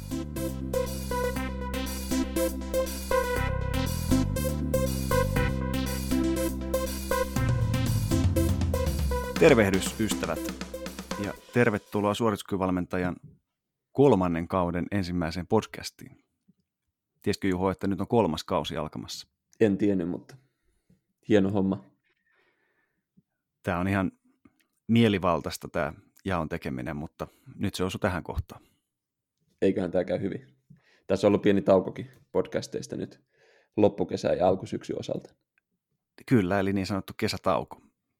Tervehdys ystävät ja tervetuloa suorituskykyvalmentajan 3. kauden ensimmäiseen podcastiin. Tiesitkö Juho, että nyt on 3. kausi alkamassa? En tiennyt, mutta hieno homma. Tämä on ihan mielivaltaista tämä jaon tekeminen, mutta nyt se osui tähän kohtaan. Eiköhän tämä käy hyvin. Tässä on ollut pieni taukokin podcasteista nyt loppukesän ja alkusyksyn osalta. Kyllä, eli niin sanottu kesätauko.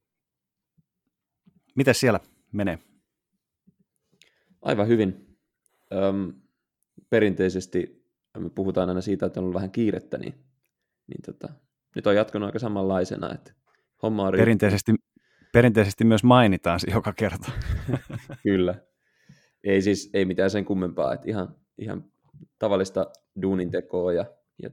Mites siellä menee? Aivan hyvin. Perinteisesti me puhutaan aina siitä, että on ollut vähän kiirettä, niin nyt on jatkunut aika samanlaisena. Että homma on perinteisesti myös mainitaan se joka kerta. Kyllä. Ei mitään sen kummempaa, että ihan tavallista duunintekoa ja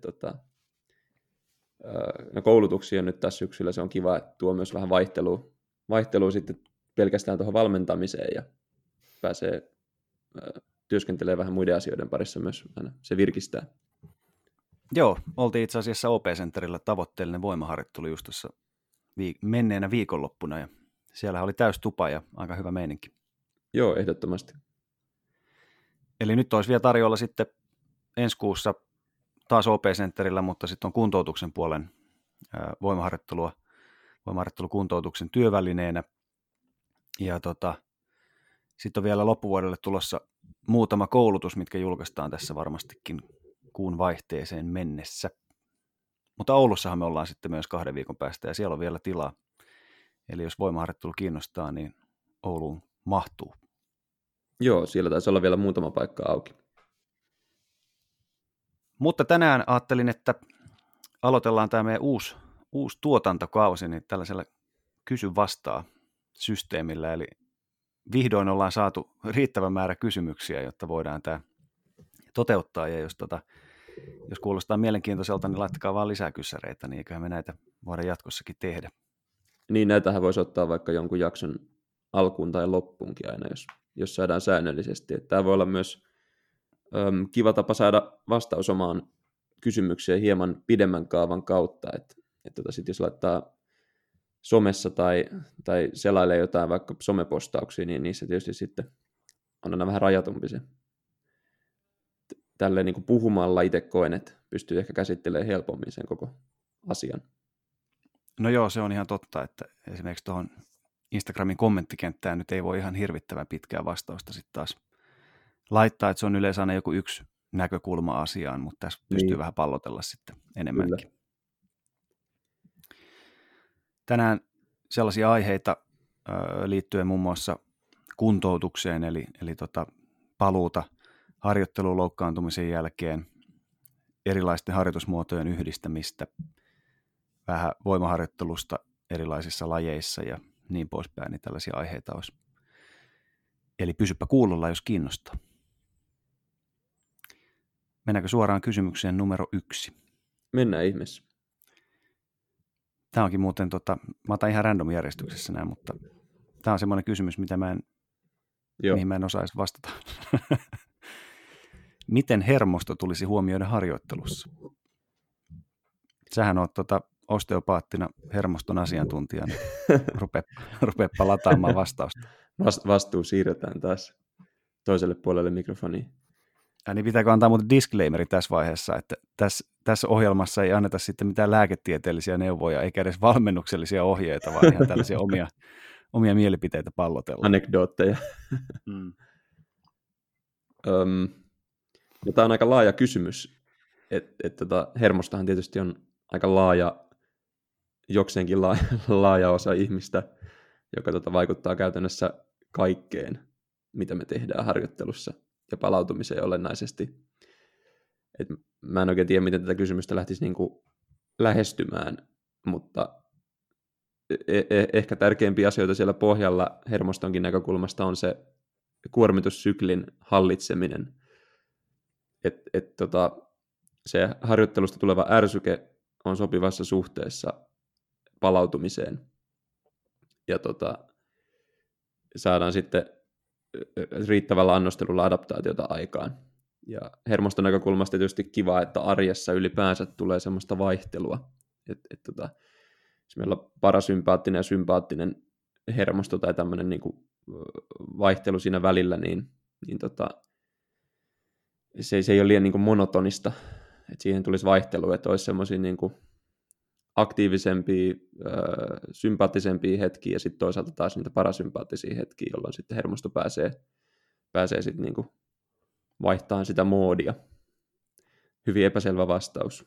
koulutuksia on nyt tässä syksyllä. Se on kiva, että tuo myös vähän vaihtelua sitten pelkästään tuohon valmentamiseen ja pääsee työskentelemään vähän muiden asioiden parissa myös. Aina se virkistää. Joo, oltiin itse asiassa OP-centerillä tavoitteellinen voimaharjoittelu just tuossa menneenä viikonloppuna ja siellä oli täys tupa ja aika hyvä meininki. Joo, ehdottomasti. Eli nyt olisi vielä tarjolla sitten ensi kuussa taas OP-centerillä, mutta sitten on kuntoutuksen puolen voimaharjoittelukuntoutuksen työvälineenä. Ja sitten on vielä loppuvuodelle tulossa muutama koulutus, mitkä julkaistaan tässä varmastikin kuun vaihteeseen mennessä. Mutta Oulussahan me ollaan sitten myös 2 viikon päästä ja siellä on vielä tilaa. Eli jos voimaharjoittelu kiinnostaa, niin Ouluun mahtuu. Joo, siellä taisi olla vielä muutama paikka auki. Mutta tänään ajattelin, että aloitellaan tämä meidän uusi tuotantokausi niin tällaisella kysy vastaa systeemillä. Eli vihdoin ollaan saatu riittävä määrä kysymyksiä, jotta voidaan tämä toteuttaa. Ja jos kuulostaa mielenkiintoiselta, niin laittakaa vaan lisää kyssäreitä, niin eiköhän me näitä voida jatkossakin tehdä. Niin, näitähän voisi ottaa vaikka jonkun jakson alkuun tai loppuunkin aina, jos saadaan säännöllisesti. Tämä voi olla myös kiva tapa saada vastaus omaan kysymykseen hieman pidemmän kaavan kautta. Että sit jos laittaa somessa tai selailee jotain vaikka somepostauksia, niin niissä tietysti sitten on aina vähän rajatumpi se. Tälleen niin kuin puhumalla itse koen, että pystyy ehkä käsittelemään helpommin sen koko asian. No joo, se on ihan totta, että esimerkiksi tuohon Instagramin kommenttikenttään nyt ei voi ihan hirvittävän pitkää vastausta sitten taas laittaa, että se on yleensä aina joku yksi näkökulma asiaan, mutta tässä pystyy vähän pallotella sitten enemmänkin. Kyllä. Tänään sellaisia aiheita liittyen muun muassa kuntoutukseen, eli paluuta harjoitteluun loukkaantumisen jälkeen, erilaisten harjoitusmuotojen yhdistämistä, vähän voimaharjoittelusta erilaisissa lajeissa ja niin poispäin, niin tällaisia aiheita olisi. Eli pysypä kuulolla, jos kiinnostaa. Mennäänkö suoraan kysymykseen numero 1? Mennään ihmeessä. Tämä onkin muuten, mä otan ihan random järjestyksessä nämä, mutta tämä on semmoinen kysymys, mihin mä en osaisi vastata. Miten hermosto tulisi huomioida harjoittelussa? Sähän oot osteopaattina hermoston asiantuntijana. Rupeepa lataamaan vastausta. Vastuu siirretään taas toiselle puolelle mikrofoniin. Niin pitääkö antaa muuten disclaimeri tässä vaiheessa, että tässä ohjelmassa ei anneta sitten mitään lääketieteellisiä neuvoja, eikä edes valmennuksellisia ohjeita, vaan ihan tällaisia omia mielipiteitä pallotellaan. Anekdootteja. Tämä on aika laaja kysymys. Hermostohan tietysti on aika laaja, jokseenkin laaja osa ihmistä, joka vaikuttaa käytännössä kaikkeen, mitä me tehdään harjoittelussa ja palautumiseen olennaisesti. Mä en oikein tiedä, miten tätä kysymystä lähtisi niinku lähestymään, mutta ehkä tärkeimpiä asioita siellä pohjalla hermostonkin näkökulmasta on se kuormitussyklin hallitseminen. Se harjoittelusta tuleva ärsyke on sopivassa suhteessa palautumiseen. Ja saadaan sitten riittävällä annostelulla adaptaatiota aikaan. Ja hermoston näkökulmasta tietysti kiva, että arjessa ylipäänsä tulee semmoista vaihtelua. Jos meillä on parasympaattinen ja sympaattinen hermosto tai tämmöinen niin kuin vaihtelu siinä välillä, niin se ei ole liian niin kuin monotonista, että siihen tulisi vaihtelu, että olisi semmoisia niin kuin aktiivisempia, sympaattisempia hetkiä ja sitten toisaalta taas niitä parasympaattisia hetkiä, jolloin sitten hermosto pääsee sitten niin kuin vaihtamaan sitä moodia. Hyvin epäselvä vastaus.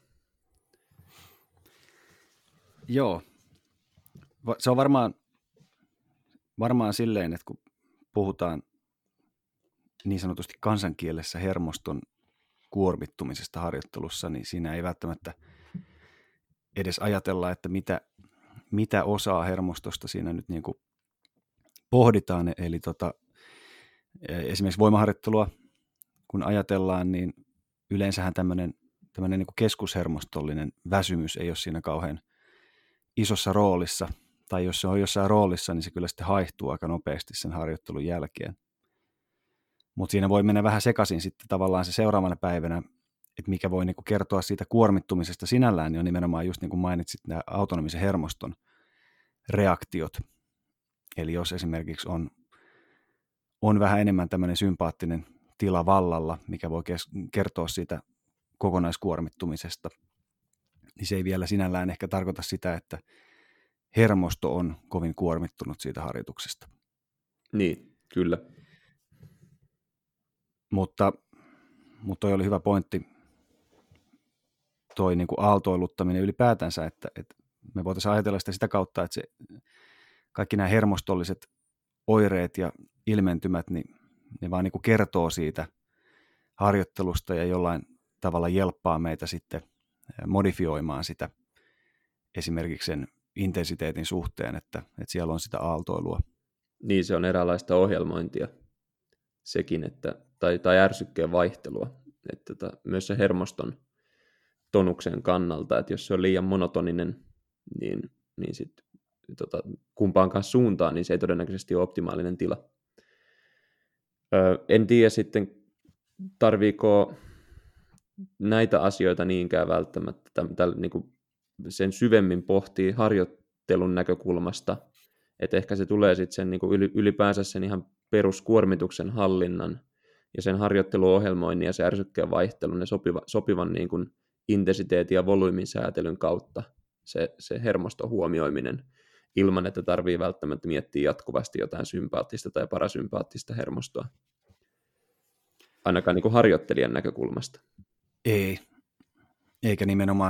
Joo. Se on varmaan silleen, että kun puhutaan niin sanotusti kansankielessä hermoston kuormittumisesta harjoittelussa, niin siinä ei välttämättä edes ajatella, että mitä osaa hermostosta siinä nyt niin kuin pohditaan. Eli esimerkiksi voimaharjoittelua, kun ajatellaan, niin yleensähän tämmöinen niin kuin keskushermostollinen väsymys ei ole siinä kauhean isossa roolissa, tai jos se on jossain roolissa, niin se kyllä sitten haihtuu aika nopeasti sen harjoittelun jälkeen. Mutta siinä voi mennä vähän sekaisin sitten tavallaan se seuraavana päivänä, että mikä voi niinku kertoa siitä kuormittumisesta sinällään, niin on nimenomaan just niin kuin mainitsit nämä autonomisen hermoston reaktiot. Eli jos esimerkiksi on vähän enemmän tämmöinen sympaattinen tila vallalla, mikä voi kertoa siitä kokonaiskuormittumisesta, niin se ei vielä sinällään ehkä tarkoita sitä, että hermosto on kovin kuormittunut siitä harjoituksesta. Niin, kyllä. Mutta toi oli hyvä pointti, toi niin kuin aaltoiluttaminen ylipäätänsä, että me voitaisiin ajatella sitä kautta, että kaikki nämä hermostolliset oireet ja ilmentymät, niin ne vaan niin kuin kertoo siitä harjoittelusta ja jollain tavalla jelppaa meitä sitten modifioimaan sitä esimerkiksi sen intensiteetin suhteen, että siellä on sitä aaltoilua. Niin, se on eräänlaista ohjelmointia sekin, tai ärsykkeen vaihtelua, että myös se hermoston tonuksen kannalta, että jos se on liian monotoninen, niin sitten kumpaankaan suuntaan, niin se ei todennäköisesti ole optimaalinen tila. En tiedä sitten, tarviiko näitä asioita niinkään välttämättä niin kuin sen syvemmin pohtii harjoittelun näkökulmasta, että ehkä se tulee sitten sen niin kuin ylipäänsä sen ihan peruskuormituksen hallinnan ja sen harjoitteluohjelmoinnin ja se ärsykkeen vaihtelun ja sopivan niin kuin intensiteetin ja volyymin säätelyn kautta se hermoston huomioiminen ilman, että tarvii välttämättä miettiä jatkuvasti jotain sympaattista tai parasympaattista hermostoa. Ainakaan niin kuin harjoittelijan näkökulmasta. Ei, eikä nimenomaan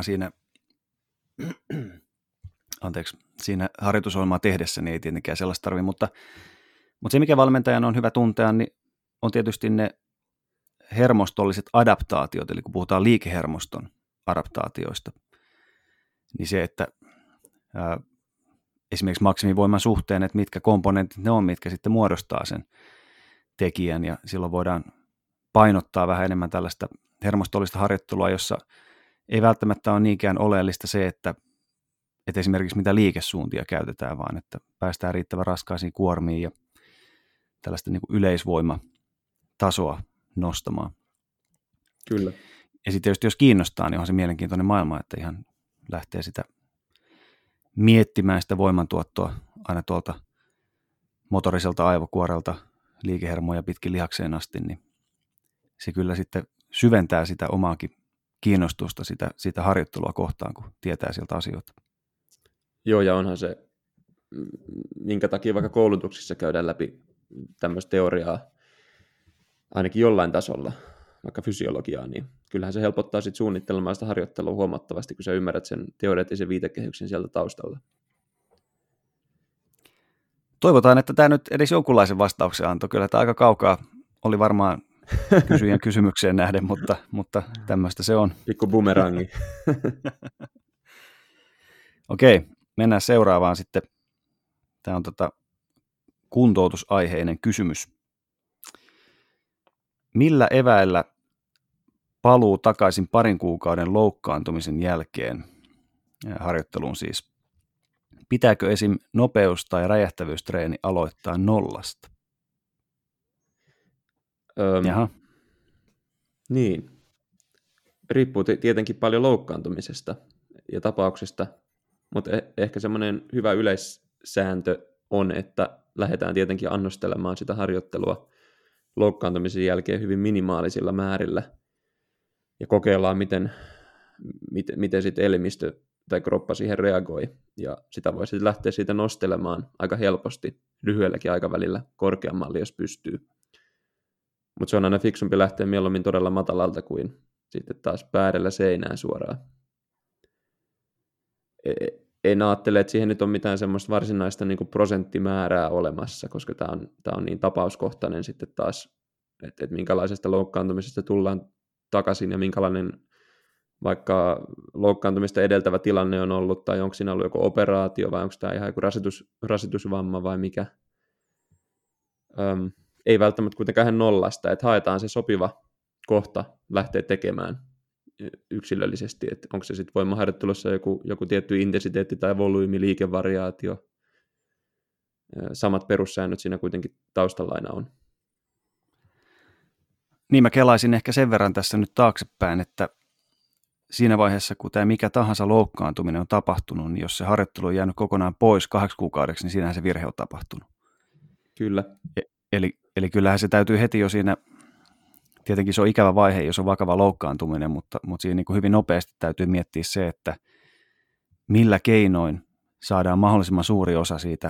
siinä harjoitusohjelmaa tehdessä niin ei tietenkään sellaista tarvitse, mutta se mikä valmentajan on hyvä tuntea, niin on tietysti ne hermostolliset adaptaatiot, eli kun puhutaan liikehermoston adaptaatioista, niin se, että esimerkiksi maksimivoiman suhteen, että mitkä komponentit ne on, mitkä sitten muodostaa sen tekijän, ja silloin voidaan painottaa vähän enemmän tällaista hermostollista harjoittelua, jossa ei välttämättä ole niinkään oleellista se, että esimerkiksi mitä liikesuuntia käytetään, vaan että päästään riittävän raskaisiin kuormiin ja tällaista niin kuin yleisvoimatasoa nostamaan. Kyllä. Ja sitten tietysti jos kiinnostaa, niin onhan se mielenkiintoinen maailma, että ihan lähtee sitä miettimään sitä voimantuottoa aina tuolta motoriselta aivokuorelta liikehermoja pitkin lihakseen asti, niin se kyllä sitten syventää sitä omaakin kiinnostusta sitä harjoittelua kohtaan, kun tietää sieltä asioita. Joo, ja onhan se, minkä takia vaikka koulutuksissa käydään läpi tämmöistä teoriaa, ainakin jollain tasolla, vaikka fysiologiaa, niin kyllähän se helpottaa sitten suunnittelemaan sitä harjoittelua huomattavasti, kun sä ymmärrät sen teoreettisen viitekehyksen sieltä taustalla. Toivotaan, että tämä nyt edes jonkunlaisen vastauksen antoi. Kyllä tämä aika kaukaa oli varmaan kysyjän kysymykseen nähden, mutta tämmöistä se on. Pikku bumerangi. Okei, mennään seuraavaan sitten. Tämä on kuntoutusaiheinen kysymys. Millä eväillä paluu takaisin parin kuukauden loukkaantumisen jälkeen harjoitteluun siis? Pitääkö esim. Nopeus- tai räjähtävyystreeni aloittaa nollasta? Jaha. Niin. Riippuu tietenkin paljon loukkaantumisesta ja tapauksista, mutta ehkä semmoinen hyvä yleissääntö on, että lähdetään tietenkin annostelemaan sitä harjoittelua loukkaantumisen jälkeen hyvin minimaalisilla määrillä ja kokeillaan, miten sitten elimistö tai kroppa siihen reagoi. Ja sitä voi sitten lähteä siitä nostelemaan aika helposti lyhyelläkin aikavälillä korkeammalle, jos pystyy. Mutta se on aina fiksumpi lähteä mieluummin todella matalalta kuin sitten taas päädellä seinään suoraan. En ajattele, että siihen nyt on mitään semmoista varsinaista niin kuin prosenttimäärää olemassa, koska tämä on niin tapauskohtainen sitten taas, että minkälaisesta loukkaantumisesta tullaan takaisin ja minkälainen vaikka loukkaantumista edeltävä tilanne on ollut, tai onko siinä ollut joku operaatio, vai onko tämä ihan joku rasitusvamma vai mikä. Ei välttämättä kuitenkaan ihan nollasta, että haetaan se sopiva kohta lähteä tekemään yksilöllisesti, että onko se sitten voimaharjoittelussa joku tietty intensiteetti tai volyymi, liikevariaatio. Samat perussäännöt siinä kuitenkin taustalla aina on. Niin mä kelaisin ehkä sen verran tässä nyt taaksepäin, että siinä vaiheessa, kun tämä mikä tahansa loukkaantuminen on tapahtunut, niin jos se harjoittelu on jäänyt kokonaan pois 2 kuukaudeksi, niin siinähän se virhe on tapahtunut. Kyllä. Eli kyllähän se täytyy heti jo siinä, tietenkin se on ikävä vaihe, jos on vakava loukkaantuminen, mutta siinä niin kuin hyvin nopeasti täytyy miettiä se, että millä keinoin saadaan mahdollisimman suuri osa siitä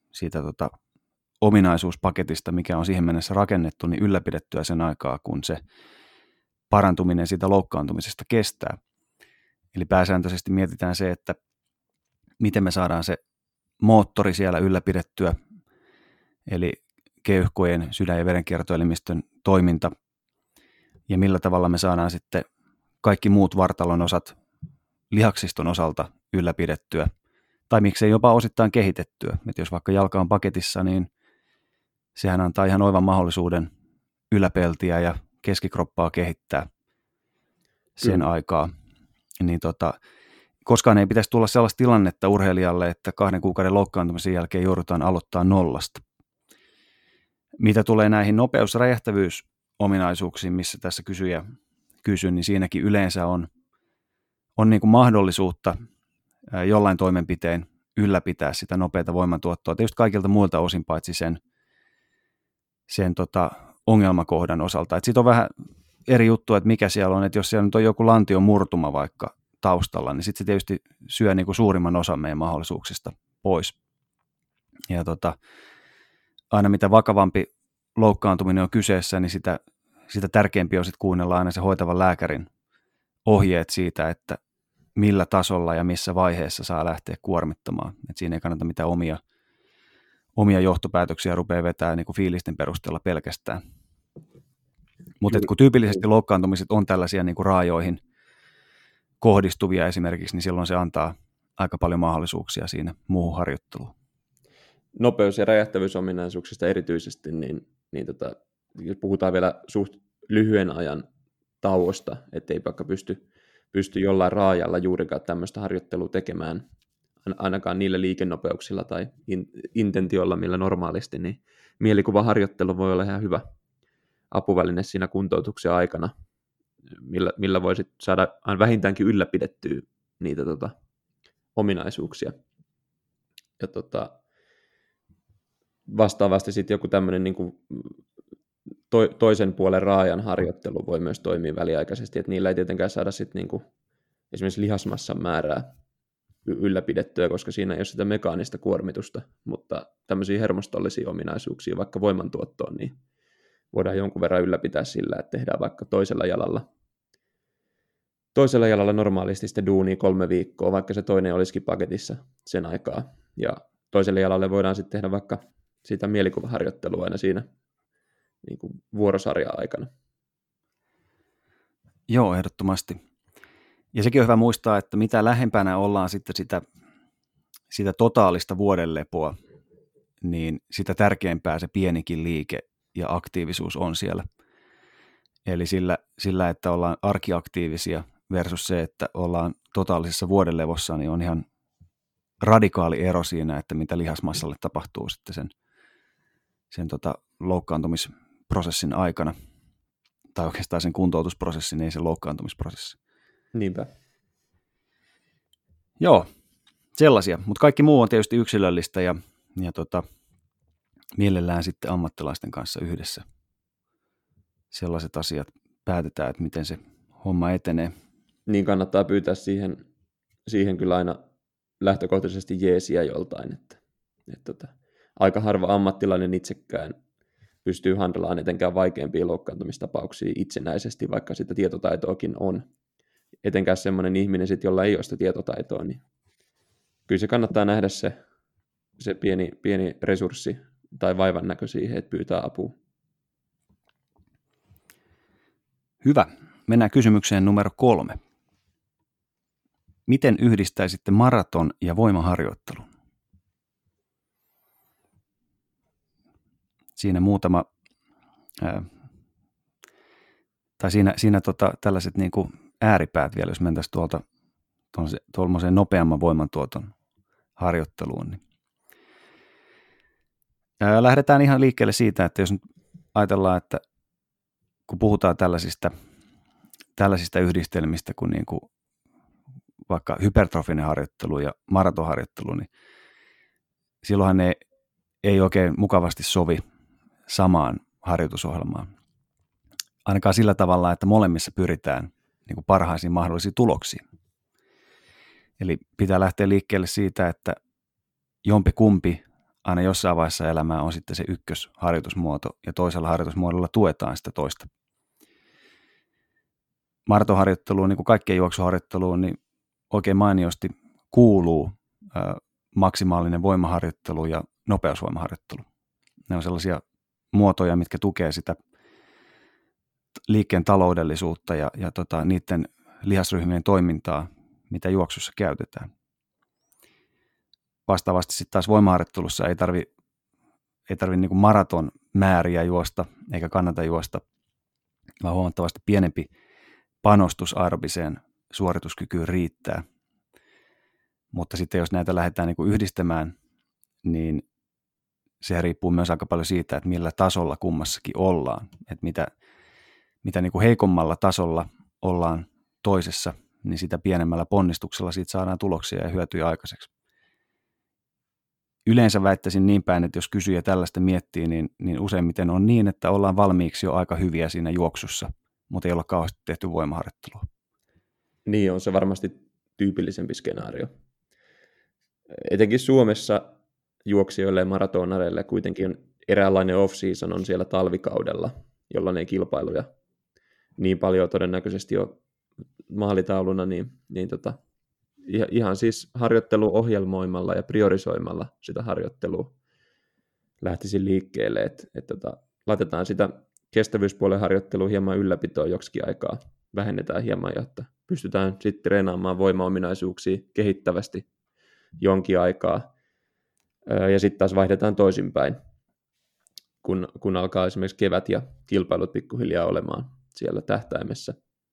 ominaisuuspaketista, mikä on siihen mennessä rakennettu, niin ylläpidettyä sen aikaa, kun se parantuminen siitä loukkaantumisesta kestää. Eli pääsääntöisesti mietitään se, että miten me saadaan se moottori siellä ylläpidettyä, eli keuhkojen, sydän- ja verenkiertoelimistön toiminta, ja millä tavalla me saadaan sitten kaikki muut vartalon osat lihaksiston osalta ylläpidettyä, tai miksei jopa osittain kehitettyä. Että jos vaikka jalka on paketissa, niin sehän antaa ihan oivan mahdollisuuden yläpeltiä ja keskikroppaa kehittää sen aikaa. Niin koskaan ei pitäisi tulla sellaista tilannetta urheilijalle, että 2 kuukauden loukkaantumisen jälkeen joudutaan aloittaa nollasta. Mitä tulee näihin nopeus- ja räjähtävyysominaisuuksiin, missä tässä kysyjä kysyi, niin siinäkin yleensä on niin kuin mahdollisuutta jollain toimenpiteen ylläpitää sitä nopeata voimantuottoa. Tietysti kaikilta muilta osin paitsi sen ongelmakohdan osalta. Siitä on vähän eri juttu, että mikä siellä on. Että jos siellä nyt on joku lantion murtuma vaikka taustalla, niin sitten se tietysti syö niin kuin suurimman osan meidän mahdollisuuksista pois. Ja aina mitä vakavampi loukkaantuminen on kyseessä, niin sitä tärkeämpi on sitten kuunnella aina se hoitavan lääkärin ohjeet siitä, että millä tasolla ja missä vaiheessa saa lähteä kuormittamaan. Et siinä ei kannata mitään omia johtopäätöksiä rupeaa vetämään niin kuin fiilisten perusteella pelkästään. Mutta kun tyypillisesti loukkaantumiset on tällaisia niin kuin raajoihin kohdistuvia esimerkiksi, niin silloin se antaa aika paljon mahdollisuuksia siinä muuhun harjoitteluun. Nopeus- ja räjähtävyysominaisuuksista erityisesti, niin jos puhutaan vielä suht lyhyen ajan tauosta, ettei vaikka pysty jollain raajalla juurikaan tämmöistä harjoittelua tekemään, ainakaan niillä liikennopeuksilla tai intentiolla, millä normaalisti, niin mielikuvaharjoittelu voi olla ihan hyvä apuväline siinä kuntoutuksen aikana, millä voi sit saada vähintäänkin ylläpidettyä niitä ominaisuuksia. Ja vastaavasti sitten joku tämmöinen niin kuin toisen puolen raajan harjoittelu voi myös toimia väliaikaisesti, että niillä ei tietenkään saada sitten niin kuin esimerkiksi lihasmassan määrää ylläpidettyä, koska siinä ei ole sitä mekaanista kuormitusta, mutta tämmöisiä hermostollisia ominaisuuksia vaikka voimantuottoon, niin voidaan jonkun verran ylläpitää sillä, että tehdään vaikka toisella jalalla normaalisti sitä duunia 3 viikkoa, vaikka se toinen olisikin paketissa sen aikaa. Ja toiselle jalalle voidaan sitten tehdä vaikka sitä mielikuvaharjoittelua aina siinä niin kuin vuorosarjan aikana. Joo, ehdottomasti. Ja sekin on hyvä muistaa, että mitä lähempänä ollaan sitten sitä totaalista vuodenlepoa, niin sitä tärkeämpää se pienikin liike ja aktiivisuus on siellä. Eli sillä, että ollaan arkiaktiivisia versus se, että ollaan totaalisessa vuodenlevossa, niin on ihan radikaali ero siinä, että mitä lihasmassalle tapahtuu sitten sen loukkaantumisprosessin aikana tai oikeastaan sen kuntoutusprosessin, ei sen loukkaantumisprosessin. Niinpä. Joo, sellaisia, mutta kaikki muu on tietysti yksilöllistä ja mielellään sitten ammattilaisten kanssa yhdessä sellaiset asiat päätetään, että miten se homma etenee. Niin kannattaa pyytää siihen kyllä aina lähtökohtaisesti jeesiä joltain, että aika harva ammattilainen itsekään pystyy handlaan etenkään vaikeampia loukkaantumistapauksia itsenäisesti, vaikka sitä tietotaitoakin on. Etenkään semmoinen ihminen, jolla ei ole sitä tietotaitoa, niin kyllä se kannattaa nähdä se pieni resurssi tai vaivan näkö siihen, että pyytää apua. Hyvä. Mennään kysymykseen numero 3. Miten yhdistäisitte maraton- ja voimaharjoittelun? Siinä muutama, tai siinä tällaiset niin kuin ääripäät vielä, jos mentäisiin tuollaiseen nopeamman voimantuoton harjoitteluun. Niin. Lähdetään ihan liikkeelle siitä, että jos nyt ajatellaan, että kun puhutaan tällaisista yhdistelmistä kuin, vaikka hypertrofinen harjoittelu ja maratonharjoittelu, niin silloinhan ne ei oikein mukavasti sovi samaan harjoitusohjelmaan. Ainakaan sillä tavalla, että molemmissa pyritään niin kuin parhaisiin mahdollisiin tuloksiin. Eli pitää lähteä liikkeelle siitä, että jompikumpi aina jossain vaiheessa elämää on sitten se ykkösharjoitusmuoto ja toisella harjoitusmuodolla tuetaan sitä toista. Maratonharjoitteluun, niin kuin kaikkeen juoksuharjoitteluun, niin oikein mainiosti kuuluu maksimaalinen voimaharjoittelu ja nopeusvoimaharjoittelu. Ne on sellaisia muotoja, mitkä tukee sitä liikkeen taloudellisuutta ja niiden lihasryhmien toimintaa, mitä juoksussa käytetään. Vastaavasti sitten taas voimaharjoittelussa ei tarvi niin kuin maraton määriä juosta eikä kannata juosta, vaan huomattavasti pienempi panostus aerobiseen suorituskykyyn riittää. Mutta sitten jos näitä lähdetään niin kuin yhdistämään, niin se riippuu myös aika paljon siitä, että millä tasolla kummassakin ollaan. Että mitä niin kuin heikommalla tasolla ollaan toisessa, niin sitä pienemmällä ponnistuksella siitä saadaan tuloksia ja hyötyjä aikaiseksi. Yleensä väittäisin niin päin, että jos kysyjä tällaista miettii, niin useimmiten on niin, että ollaan valmiiksi jo aika hyviä siinä juoksussa, mutta ei olla kauheasti tehty voimaharjoittelua. Niin on se varmasti tyypillisempi skenaario. Etenkin Suomessa juoksijoille ja maratonareille kuitenkin eräänlainen off-season on siellä talvikaudella, jolloin ei kilpailuja niin paljon todennäköisesti ole maalitauluna, niin ihan siis harjoitteluohjelmoimalla ja priorisoimalla sitä harjoittelua lähtisin liikkeelle, että laitetaan sitä kestävyyspuolen harjoittelua hieman ylläpitoon joksikin aikaa, vähennetään hieman, jotta pystytään sitten treenaamaan voimaominaisuuksia kehittävästi jonkin aikaa, ja sitten taas vaihdetaan toisinpäin, kun alkaa esimerkiksi kevät ja kilpailut pikkuhiljaa olemaan siellä tähtäimessä.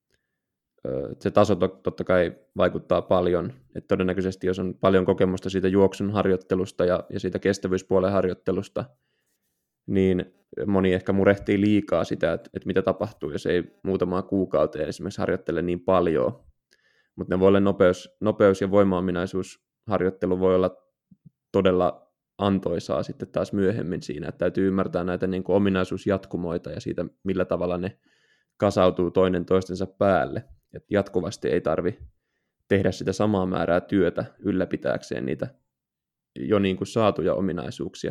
Se taso totta kai vaikuttaa paljon, että todennäköisesti jos on paljon kokemusta siitä juoksun harjoittelusta ja siitä kestävyyspuolen harjoittelusta, niin moni ehkä murehtii liikaa sitä, että mitä tapahtuu, jos ei muutamaa kuukauteen esimerkiksi harjoittele niin paljon. Mutta ne voi olla nopeus- ja voimaominaisuusharjoittelu voi olla todella antoisaa sitten taas myöhemmin siinä, että täytyy ymmärtää näitä niin kuin ominaisuusjatkumoita ja siitä, millä tavalla ne kasautuu toinen toistensa päälle. Et jatkuvasti ei tarvi tehdä sitä samaa määrää työtä ylläpitääkseen niitä jo niin kuin saatuja ominaisuuksia.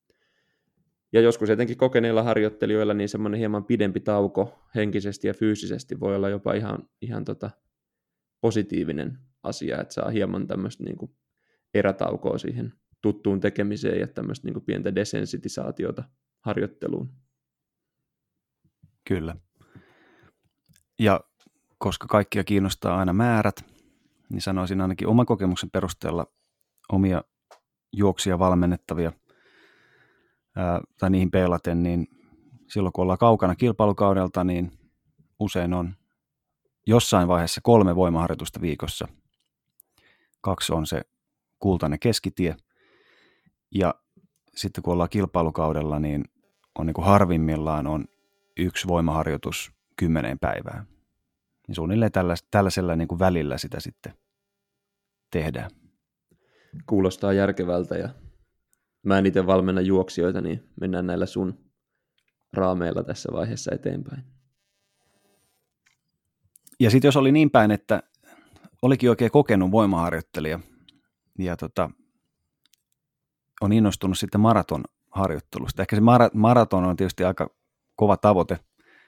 Ja joskus etenkin kokeneilla harjoittelijoilla niin semmoinen hieman pidempi tauko henkisesti ja fyysisesti voi olla jopa ihan positiivinen asia, että saa hieman tämmöistä niin kuin erätaukoa siihen tuttuun tekemiseen ja tämmöistä niin kuin pientä desensitisaatiota harjoitteluun. Kyllä. Ja koska kaikkia kiinnostaa aina määrät, niin sanoisin ainakin oman kokemuksen perusteella omia juoksia valmennettavia tai niihin peilaten, niin silloin kun ollaan kaukana kilpailukaudelta, niin usein on jossain vaiheessa 3 voimaharjoitusta viikossa. 2 on se kultainen keskitie. Ja sitten kun ollaan kilpailukaudella, niin on niin kuin harvimmillaan on 1 voimaharjoitus 10 päivää. Niin suunnilleen tällaisella niin kuin välillä sitä sitten tehdään. Kuulostaa järkevältä ja mä en itse valmenna juoksijoita, niin mennään näillä sun raameilla tässä vaiheessa eteenpäin. Ja sitten jos oli niin päin, että olikin oikein kokenut voimaharjoittelija ja on innostunut sitten maratonharjoittelusta. Ehkä se maraton on tietysti aika kova tavoite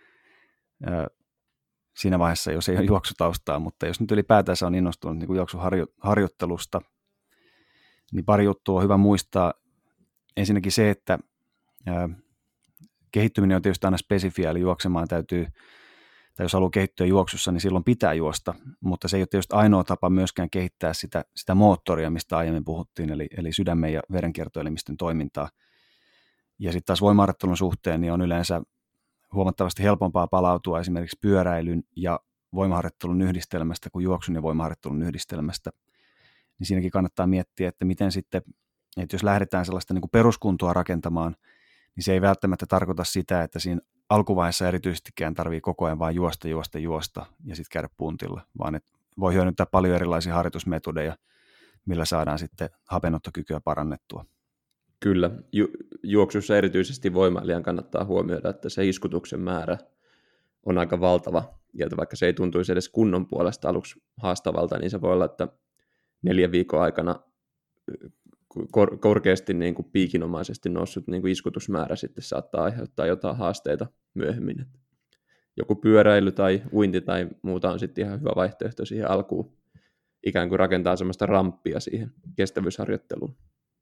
siinä vaiheessa, jos ei ole juoksutaustaa, mutta jos nyt ylipäätänsä on innostunut niin kuin juoksuharjoittelusta, niin pari juttua on hyvä muistaa. Ensinnäkin se, että kehittyminen on tietysti aina spesifiä, eli juoksemaan täytyy, tai jos haluaa kehittyä juoksussa, niin silloin pitää juosta, mutta se ei ole tietysti ainoa tapa myöskään kehittää sitä moottoria, mistä aiemmin puhuttiin, eli sydämen ja verenkiertoelimistön toimintaa. Ja sitten taas voimaharjoittelun suhteen niin on yleensä huomattavasti helpompaa palautua esimerkiksi pyöräilyn ja voimaharjoittelun yhdistelmästä kuin juoksun ja voimaharjoittelun yhdistelmästä. Niin siinäkin kannattaa miettiä, että miten sitten, että jos lähdetään sellaista niin kuin peruskuntoa rakentamaan, niin se ei välttämättä tarkoita sitä, että siinä alkuvaiheessa erityisestikään tarvii koko ajan vain juosta ja sitten käydä puntilla, vaan että voi hyödyntää paljon erilaisia harjoitusmetodeja, millä saadaan sitten hapenottokykyä parannettua. Kyllä, juoksussa erityisesti voimailijan kannattaa huomioida, että se iskutuksen määrä on aika valtava, ja vaikka se ei tuntuisi edes kunnon puolesta aluksi haastavalta, niin se voi olla, että 4 viikon aikana korkeasti niin kuin piikinomaisesti noussut niin kuin iskutusmäärä sitten saattaa aiheuttaa jotain haasteita myöhemmin. Joku pyöräily tai uinti tai muuta on sitten ihan hyvä vaihtoehto siihen alkuun, ikään kuin rakentaa semmoista ramppia siihen kestävyysharjoitteluun.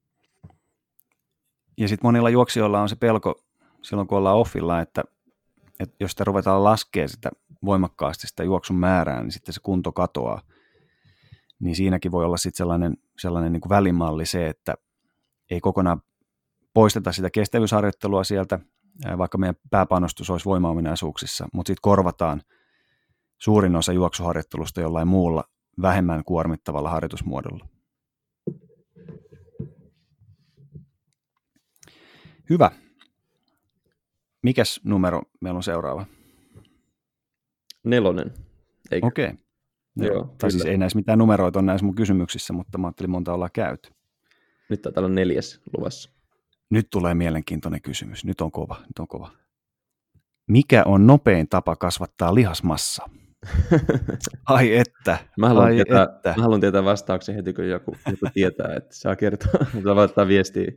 Ja sitten monilla juoksijoilla on se pelko silloin, kun ollaan offilla, että jos sitä ruvetaan laskemaan sitä voimakkaasti sitä juoksun määrää, niin sitten se kunto katoaa. Niin siinäkin voi olla sitten sellainen niin kuin välimalli se, että ei kokonaan poisteta sitä kestävyysharjoittelua sieltä, vaikka meidän pääpanostus olisi voimaominaisuuksissa, mutta sitten korvataan suurin osa juoksuharjoittelusta jollain muulla vähemmän kuormittavalla harjoitusmuodolla. Hyvä. Mikäs numero meillä on seuraava? 4. Okei. Joo, tai siis ei näissä mitään numeroita on näissä mun kysymyksissä, mutta mä ajattelin monta ollaan käyty. Nyt täällä on 4 luvassa. Nyt tulee mielenkiintoinen kysymys. Nyt on kova. Mikä on nopein tapa kasvattaa lihasmassaa? Ai että. Mä haluan tietää vastauksen heti, kun joku tietää, että saa kertoa. Saa laittaa viestiä.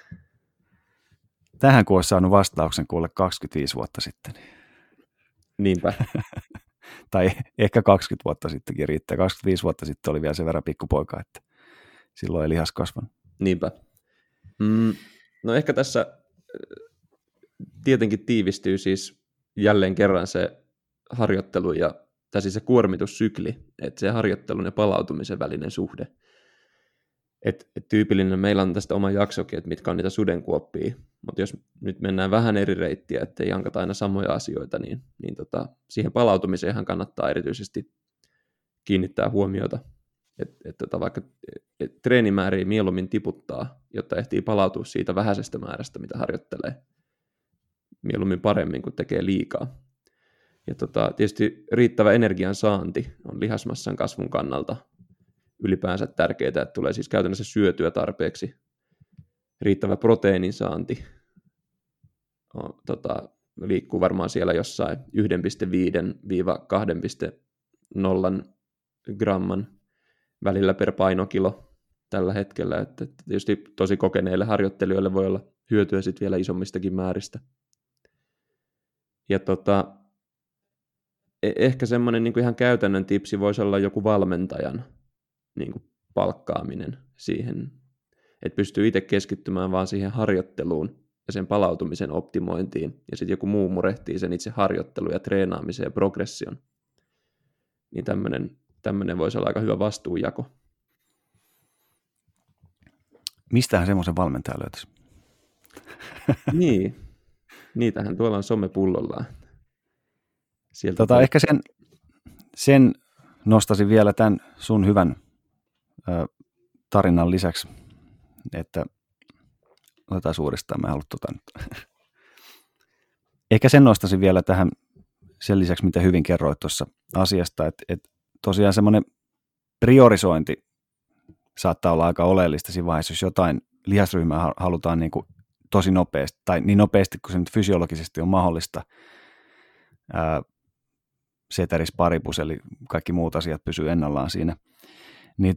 Tähän kun olisi saanut vastauksen kuulle 25 vuotta sitten. Niinpä. Tai ehkä 20 vuotta sittenkin riittää. 25 vuotta sitten oli vielä sen verran pikkupoika, että silloin ei lihas kasvanut. Niinpä. No ehkä tässä tietenkin tiivistyy siis jälleen kerran se harjoittelu tai siis se kuormitussykli, että se harjoittelun ja palautumisen välinen suhde. Et tyypillinen meillä on tästä oma jaksokin, että mitkä on niitä sudenkuoppia, mutta jos nyt mennään vähän eri reittiä, ettei jankata aina samoja asioita, niin siihen palautumiseenhan kannattaa erityisesti kiinnittää huomiota. Vaikka treenimääriä mieluummin tiputtaa, jotta ehtii palautua siitä vähäisestä määrästä, mitä harjoittelee. Mieluummin paremmin, kuin tekee liikaa. Ja tietysti riittävä energian saanti on lihasmassan kasvun kannalta ylipäänsä tärkeää, että tulee siis käytännössä syötyä tarpeeksi. Riittävä proteiinin saanti liikkuu varmaan siellä jossain 1,5-2,0 gramman välillä per painokilo tällä hetkellä. Että tietysti tosi kokeneille harjoittelijoille voi olla hyötyä sitten vielä isommistakin määristä. Ja ehkä semmoinen niin kuin ihan käytännön tipsi voisi olla joku valmentajan niin kuin palkkaaminen siihen, että pystyy itse keskittymään vaan siihen harjoitteluun ja sen palautumisen optimointiin, ja sitten joku muu murehtii sen itse harjoittelun ja treenaamisen ja progression. Niin tämmöinen voisi olla aika hyvä vastuunjako. Mistähän semmoisen valmentajan löytäisi? Niin, niitähän tuolla on somepullollaan. Ehkä sen nostasin vielä tämän sun hyvän tarinan lisäksi, että otetaan uudestaan, mä en halua nyt. Ehkä sen nostasin vielä tähän sen lisäksi, mitä hyvin kerroit tuossa asiasta, että tosiaan semmoinen priorisointi saattaa olla aika oleellista siinä vaiheessa, jos jotain lihasryhmää halutaan niin kuin tosi nopeasti, tai niin nopeasti kuin se nyt fysiologisesti on mahdollista, ceteris paribus, eli kaikki muut asiat pysyy ennallaan siinä, niin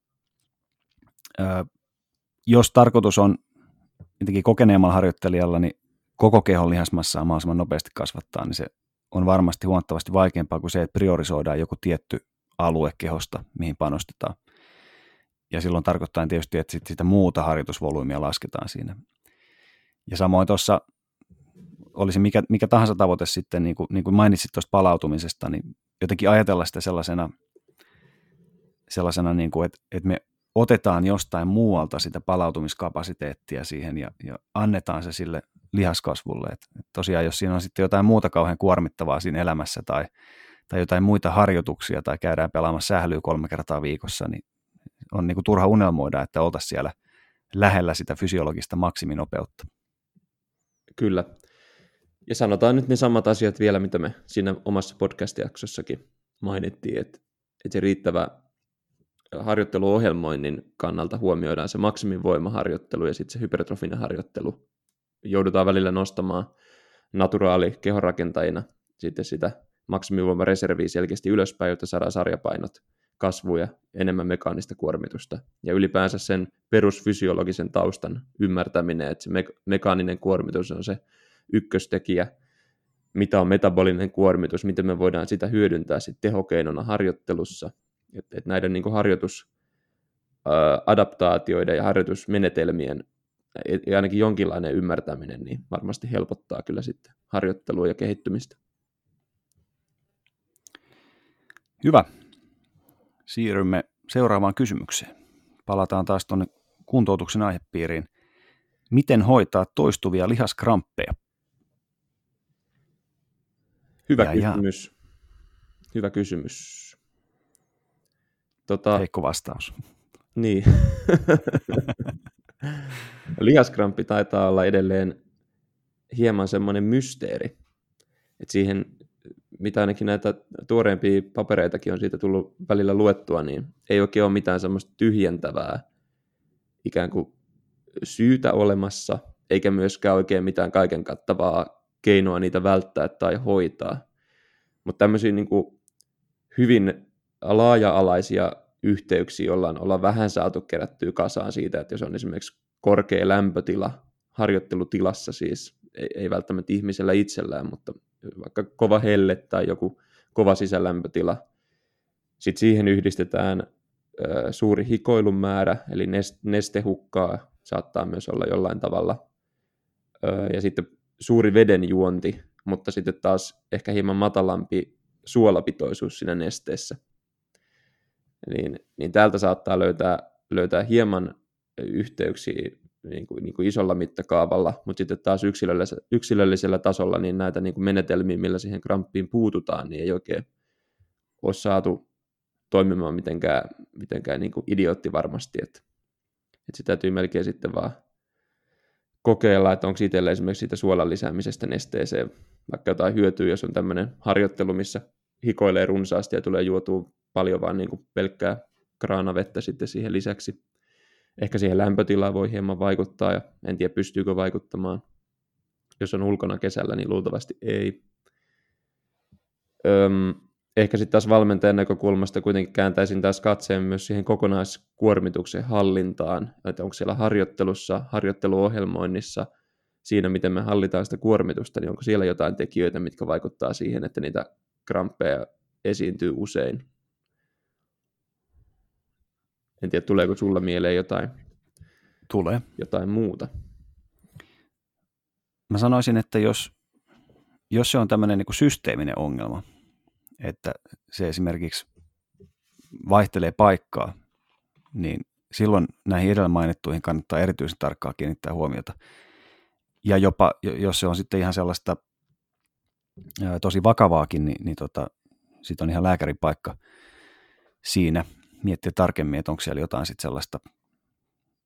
jos tarkoitus on jotenkin kokeneemmalla harjoittelijalla, niin koko kehon lihasmassaa mahdollisimman nopeasti kasvattaa, niin se on varmasti huomattavasti vaikeampaa kuin se, että priorisoidaan joku tietty alue kehosta, mihin panostetaan. Ja silloin tarkoittaa tietysti, että sitä muuta harjoitusvolyymia lasketaan siinä. Ja samoin tuossa olisi mikä tahansa tavoite sitten, niin kuin mainitsit tuosta palautumisesta, niin jotenkin ajatella sitä sellaisena niin kuin, että me otetaan jostain muualta sitä palautumiskapasiteettia siihen ja annetaan se sille lihaskasvulle. Et tosiaan, jos siinä on sitten jotain muuta kauhean kuormittavaa siinä elämässä tai jotain muita harjoituksia tai käydään pelaamassa sählyä 3 kertaa viikossa, niin on niin kuin turha unelmoida, että oltaisiin siellä lähellä sitä fysiologista maksiminopeutta. Kyllä. Ja sanotaan nyt ne samat asiat vielä, mitä me siinä omassa podcast-jaksossakin mainittiin, että se riittävä harjoitteluohjelmoinnin kannalta huomioidaan se maksimivoimaharjoittelu ja sitten se hypertrofinen harjoittelu. Joudutaan välillä nostamaan naturaali kehonrakentajina sitten sitä maksimivoimareserviä selkeästi ylöspäin, jotta saadaan sarjapainot kasvuun ja enemmän mekaanista kuormitusta. Ja ylipäänsä sen perusfysiologisen taustan ymmärtäminen, että se mekaaninen kuormitus on se ykköstekijä, mitä on metabolinen kuormitus, miten me voidaan sitä hyödyntää sitten tehokeinona harjoittelussa. Että näiden niin kuin harjoitusadaptaatioiden ja harjoitusmenetelmien ja ainakin jonkinlainen ymmärtäminen niin varmasti helpottaa kyllä sitten harjoittelua ja kehittymistä. Hyvä. Siirrymme seuraavaan kysymykseen. Palataan taas tuonne kuntoutuksen aihepiiriin. Miten hoitaa toistuvia lihaskramppeja? Hyvä kysymys. Heikko vastaus. Niin. Lihaskramppi taitaa olla edelleen hieman semmoinen mysteeri. Että siihen, mitä ainakin näitä tuoreempia papereitakin on siitä tullut välillä luettua, niin ei oikein ole mitään semmoista tyhjentävää ikään kuin syytä olemassa, eikä myöskään oikein mitään kaiken kattavaa keinoa niitä välttää tai hoitaa. Mutta tämmöisiä niin kuin hyvin laaja-alaisia yhteyksiä ollaan vähän saatu kerättyä kasaan siitä, että jos on esimerkiksi korkea lämpötila harjoittelutilassa, siis ei välttämättä ihmisellä itsellään, mutta vaikka kova helle tai joku kova sisälämpötila, sitten siihen yhdistetään suuri hikoilun määrä, eli nestehukkaa saattaa myös olla jollain tavalla, ja sitten suuri vedenjuonti, mutta sitten taas ehkä hieman matalampi suolapitoisuus siinä nesteessä. Niin täältä saattaa löytää hieman yhteyksiä niin kuin isolla mittakaavalla, mutta sitten taas yksilöllisellä tasolla niin näitä niin kuin menetelmiä, millä siihen kramppiin puututaan, niin ei oikein ole saatu toimimaan mitenkään niin kuin idiootti varmasti. Että sitä täytyy melkein sitten vaan kokeilla, että onko itsellä esimerkiksi siitä suolan lisäämisestä nesteeseen vaikka jotain hyötyä, jos on tämmöinen harjoittelu, missä hikoilee runsaasti ja tulee juotua paljon vaan niin kuin pelkkää kraanavettä sitten siihen lisäksi. Ehkä siihen lämpötilaan voi hieman vaikuttaa, ja en tiedä pystyykö vaikuttamaan. Jos on ulkona kesällä, niin luultavasti ei. Ehkä sitten taas valmentajan näkökulmasta kuitenkin kääntäisin taas katseen myös siihen kokonaiskuormituksen hallintaan, että onko siellä harjoittelussa, harjoitteluohjelmoinnissa, siinä miten me hallitaan sitä kuormitusta, niin onko siellä jotain tekijöitä, mitkä vaikuttaa siihen, että niitä kramppeja esiintyy usein. En tiedä, tuleeko sulla mieleen jotain muuta? Mä sanoisin, että jos se on tämmöinen niin kuin systeeminen ongelma, että se esimerkiksi vaihtelee paikkaa, niin silloin näihin edellä mainittuihin kannattaa erityisen tarkkaan kiinnittää huomiota. Ja jopa, jos se on sitten ihan sellaista tosi vakavaakin, niin sitten on ihan lääkärin paikka siinä miettiä tarkemmin, että onko siellä jotain sitten sellaista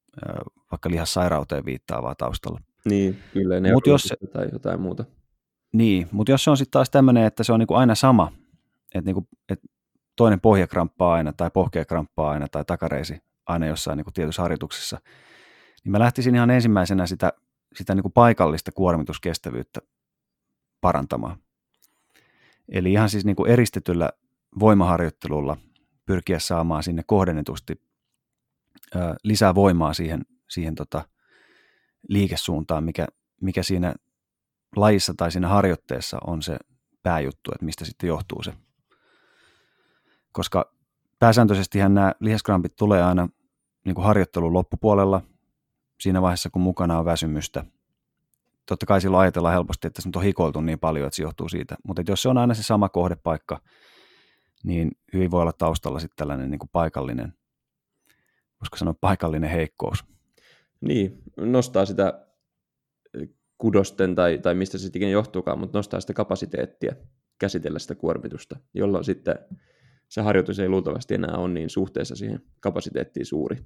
vaikka lihassairauteen viittaavaa taustalla. Niin, kyllä, tai jotain muuta. Niin, mutta jos se on sitten taas tämmöinen, että se on niinku aina sama, että niinku, et toinen pohja kramppaa aina tai pohkea kramppaa aina tai takareisi aina jossain niinku tietyssä harjoituksessa, niin mä lähtisin ihan ensimmäisenä sitä niinku paikallista kuormituskestävyyttä parantamaan. Eli ihan siis niinku eristetyllä voimaharjoittelulla pyrkiä saamaan sinne kohdennetusti lisää voimaa siihen liikesuuntaan, mikä siinä lajissa tai siinä harjoitteessa on se pääjuttu, että mistä sitten johtuu se. Koska pääsääntöisestihän nämä lihaskrampit tulee aina niin kuin harjoittelun loppupuolella, siinä vaiheessa kun mukana on väsymystä. Totta kai silloin ajatellaan helposti, että se nyt on hikoiltu niin paljon, että se johtuu siitä. Mutta jos se on aina se sama kohdepaikka, niin hyvin voi olla taustalla sitten tällainen niin kuin paikallinen, koska sanoa paikallinen heikkous. Niin, nostaa sitä kudosten tai mistä se ikinä johtuukaan, mutta nostaa sitä kapasiteettia käsitellä sitä kuormitusta, jolloin sitten se harjoitus ei luultavasti enää ole niin suhteessa siihen kapasiteettiin suuri.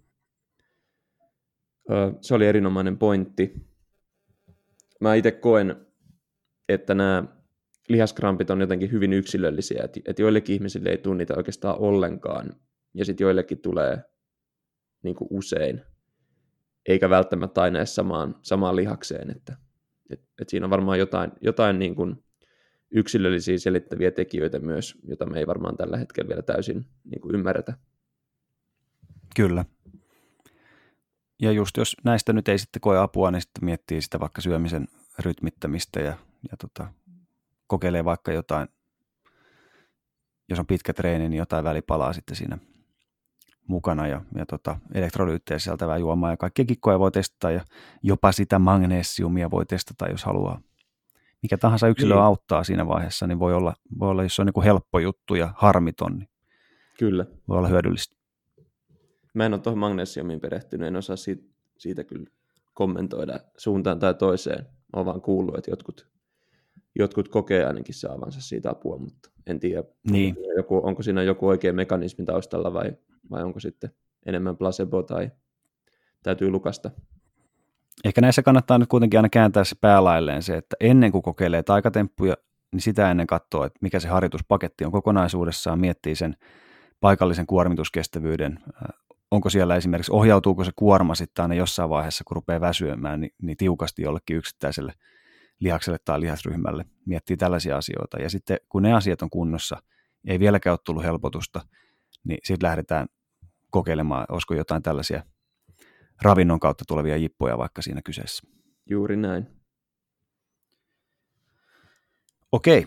Se oli erinomainen pointti. Mä itse koen, että nämä lihaskrampit on jotenkin hyvin yksilöllisiä, että joillekin ihmisille ei tule niitä oikeastaan ollenkaan, ja sitten joillekin tulee niin kuin usein, eikä välttämättä aina edes samaan lihakseen, että siinä on varmaan jotain niin kuin yksilöllisiä selittäviä tekijöitä myös, jota me ei varmaan tällä hetkellä vielä täysin niin kuin ymmärretä. Kyllä. Ja just jos näistä nyt ei sitten koe apua, niin sitten miettii sitä vaikka syömisen rytmittämistä ja kokeilee vaikka jotain, jos on pitkä treeni, niin jotain välipalaa sitten siinä mukana ja elektrolyyttejä sisältävää juomaa ja kaikkia kikkoja voi testata ja jopa sitä magnesiumia voi testata, jos haluaa. Mikä tahansa yksilö auttaa siinä vaiheessa, niin voi olla jos se on niin kuin helppo juttu ja harmiton, niin kyllä. Voi olla hyödyllistä. Mä en ole tuohon magnesiumiin perehtynyt, en osaa siitä kyllä kommentoida suuntaan tai toiseen. Olen vaan kuullut, että jotkut kokee ainakin saavansa siitä apua, mutta en tiedä, niin. onko siinä joku oikea mekanismi taustalla vai onko sitten enemmän placebo tai täytyy lukasta. Ehkä näissä kannattaa nyt kuitenkin aina kääntää se päälailleen se, että ennen kuin kokeilee taikatemppuja, niin sitä ennen katsoo, että mikä se harjoituspaketti on kokonaisuudessaan, miettii sen paikallisen kuormituskestävyyden, onko siellä esimerkiksi, ohjautuuko se kuorma sitten aina jossain vaiheessa, kun rupeaa väsyämään, niin tiukasti jollekin yksittäiselle lihakselle tai lihasryhmälle, miettii tällaisia asioita. Ja sitten kun ne asiat on kunnossa, ei vieläkään ole tullut helpotusta, niin sitten lähdetään kokeilemaan, olisiko jotain tällaisia ravinnon kautta tulevia jippoja vaikka siinä kyseessä. Juuri näin. Okei.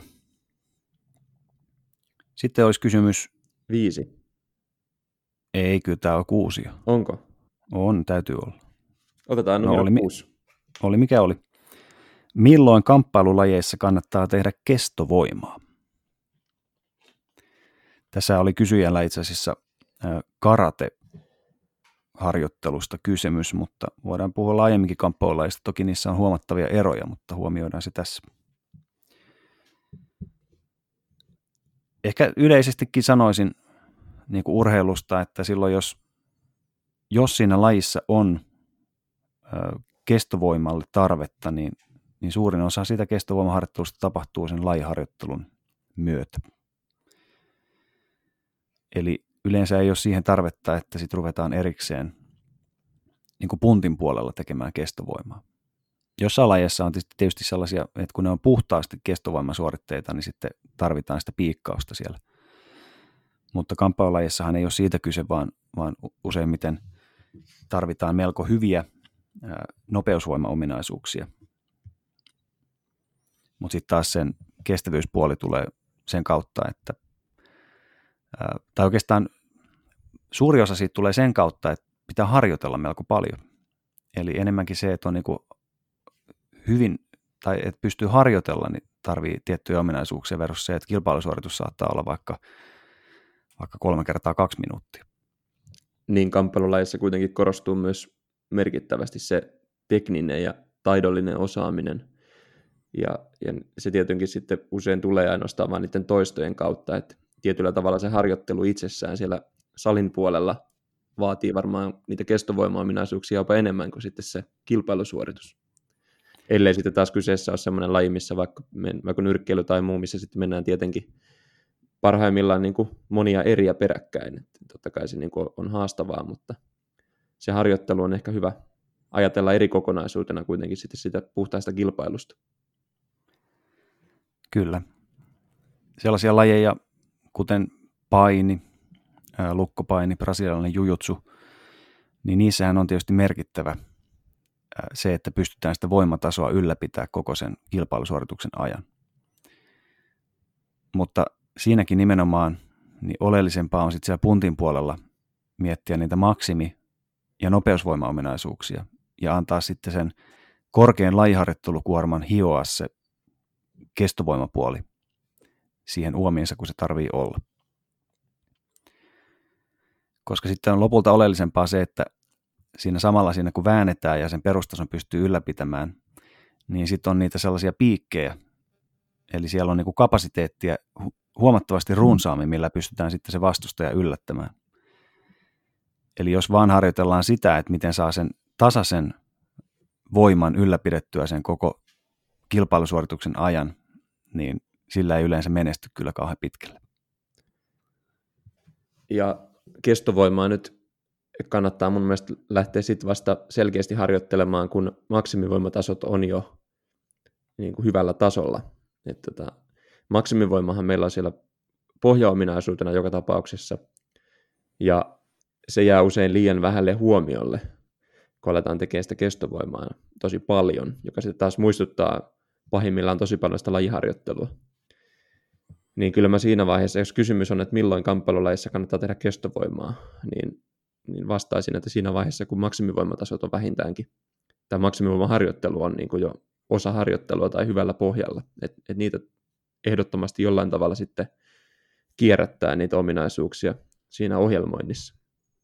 Sitten olisi kysymys 5. Ei, kyllä tämä on 6. Onko? On, täytyy olla. Otetaan numero 6. Oli mikä oli. Milloin kamppailulajeissa kannattaa tehdä kestovoimaa? Tässä oli kysyjällä itse asiassa karate-harjoittelusta kysymys, mutta voidaan puhua laajemminkin kamppailulajeista. Toki niissä on huomattavia eroja, mutta huomioidaan se tässä. Ehkä yleisestikin sanoisin niin kuin urheilusta, että silloin jos siinä lajissa on kestovoimalle tarvetta, niin suurin osa siitä kestovoimaharjoittelusta tapahtuu sen lajiharjoittelun myötä. Eli yleensä ei ole siihen tarvetta, että sitten ruvetaan erikseen niin kuin puntin puolella tekemään kestovoimaa. Jossain lajeissa on tietysti sellaisia, että kun ne on puhtaasti kestovoimasuoritteita, niin sitten tarvitaan sitä piikkausta siellä. Mutta kamppailulajissahan ei ole siitä kyse, vaan useimmiten tarvitaan melko hyviä nopeusvoimaominaisuuksia. Mutta sitten taas sen kestävyyspuoli tulee sen kautta, että tai oikeastaan suuri osa siitä tulee sen kautta, että pitää harjoitella melko paljon. Eli enemmänkin se, että on niinku hyvin, tai että pystyy harjoitella, niin tarvii tiettyjä ominaisuuksia versus se, että kilpailusuoritus saattaa olla vaikka 3 kertaa 2 minuuttia. Niin kamppailulajissa kuitenkin korostuu myös merkittävästi se tekninen ja taidollinen osaaminen. Ja se tietenkin sitten usein tulee ainoastaan vain niiden toistojen kautta, että tietyllä tavalla se harjoittelu itsessään siellä salin puolella vaatii varmaan niitä kestovoima-ominaisuuksia jopa enemmän kuin sitten se kilpailusuoritus. ellei sitten taas kyseessä ole sellainen laji, missä vaikka nyrkkeily tai muu, missä sitten mennään tietenkin parhaimmillaan niin kuin monia eriä peräkkäin. Että totta kai se niin kuin on haastavaa, mutta se harjoittelu on ehkä hyvä ajatella eri kokonaisuutena kuitenkin sitten sitä puhtaista kilpailusta. Kyllä. Sellaisia lajeja, kuten paini, lukkopaini, brasilialainen jujutsu, niin niissähän on tietysti merkittävä se, että pystytään sitä voimatasoa ylläpitää koko sen kilpailusuorituksen ajan. Mutta siinäkin nimenomaan niin oleellisempaa on sitten siellä puntin puolella miettiä niitä maksimi- ja nopeusvoimaominaisuuksia ja antaa sitten sen korkean lajiharjoittelukuorman hioa se kestovoimapuoli siihen uomiinsa, kun se tarvii olla. Koska sitten on lopulta oleellisempaa se, että siinä kun väännetään ja sen perustason pystyy ylläpitämään, niin sitten on niitä sellaisia piikkejä, eli siellä on niin kuin kapasiteettia huomattavasti runsaammin, millä pystytään sitten se vastustaja yllättämään. Eli jos vaan harjoitellaan sitä, että miten saa sen tasaisen voiman ylläpidettyä sen koko kilpailusuorituksen ajan, niin sillä ei yleensä menesty kyllä kauhean pitkälle. Ja kestovoimaa nyt kannattaa mun mielestä lähteä sitten vasta selkeästi harjoittelemaan, kun maksimivoimatasot on jo niin kuin hyvällä tasolla. Maksimivoimahan meillä on siellä pohjaominaisuutena joka tapauksessa, ja se jää usein liian vähälle huomiolle, kun aletaan tekemään sitä kestovoimaa tosi paljon, joka sitten taas muistuttaa pahimmillaan tosi paljon sitä lajiharjoittelua. Niin kyllä mä siinä vaiheessa, jos kysymys on, että milloin kamppailulajissa kannattaa tehdä kestovoimaa, niin vastaisin, että siinä vaiheessa, kun maksimivoimatasot on vähintäänkin, tai maksimivoimaharjoittelu on niin kuin jo osa harjoittelua tai hyvällä pohjalla, että niitä ehdottomasti jollain tavalla sitten kierrättää niitä ominaisuuksia siinä ohjelmoinnissa.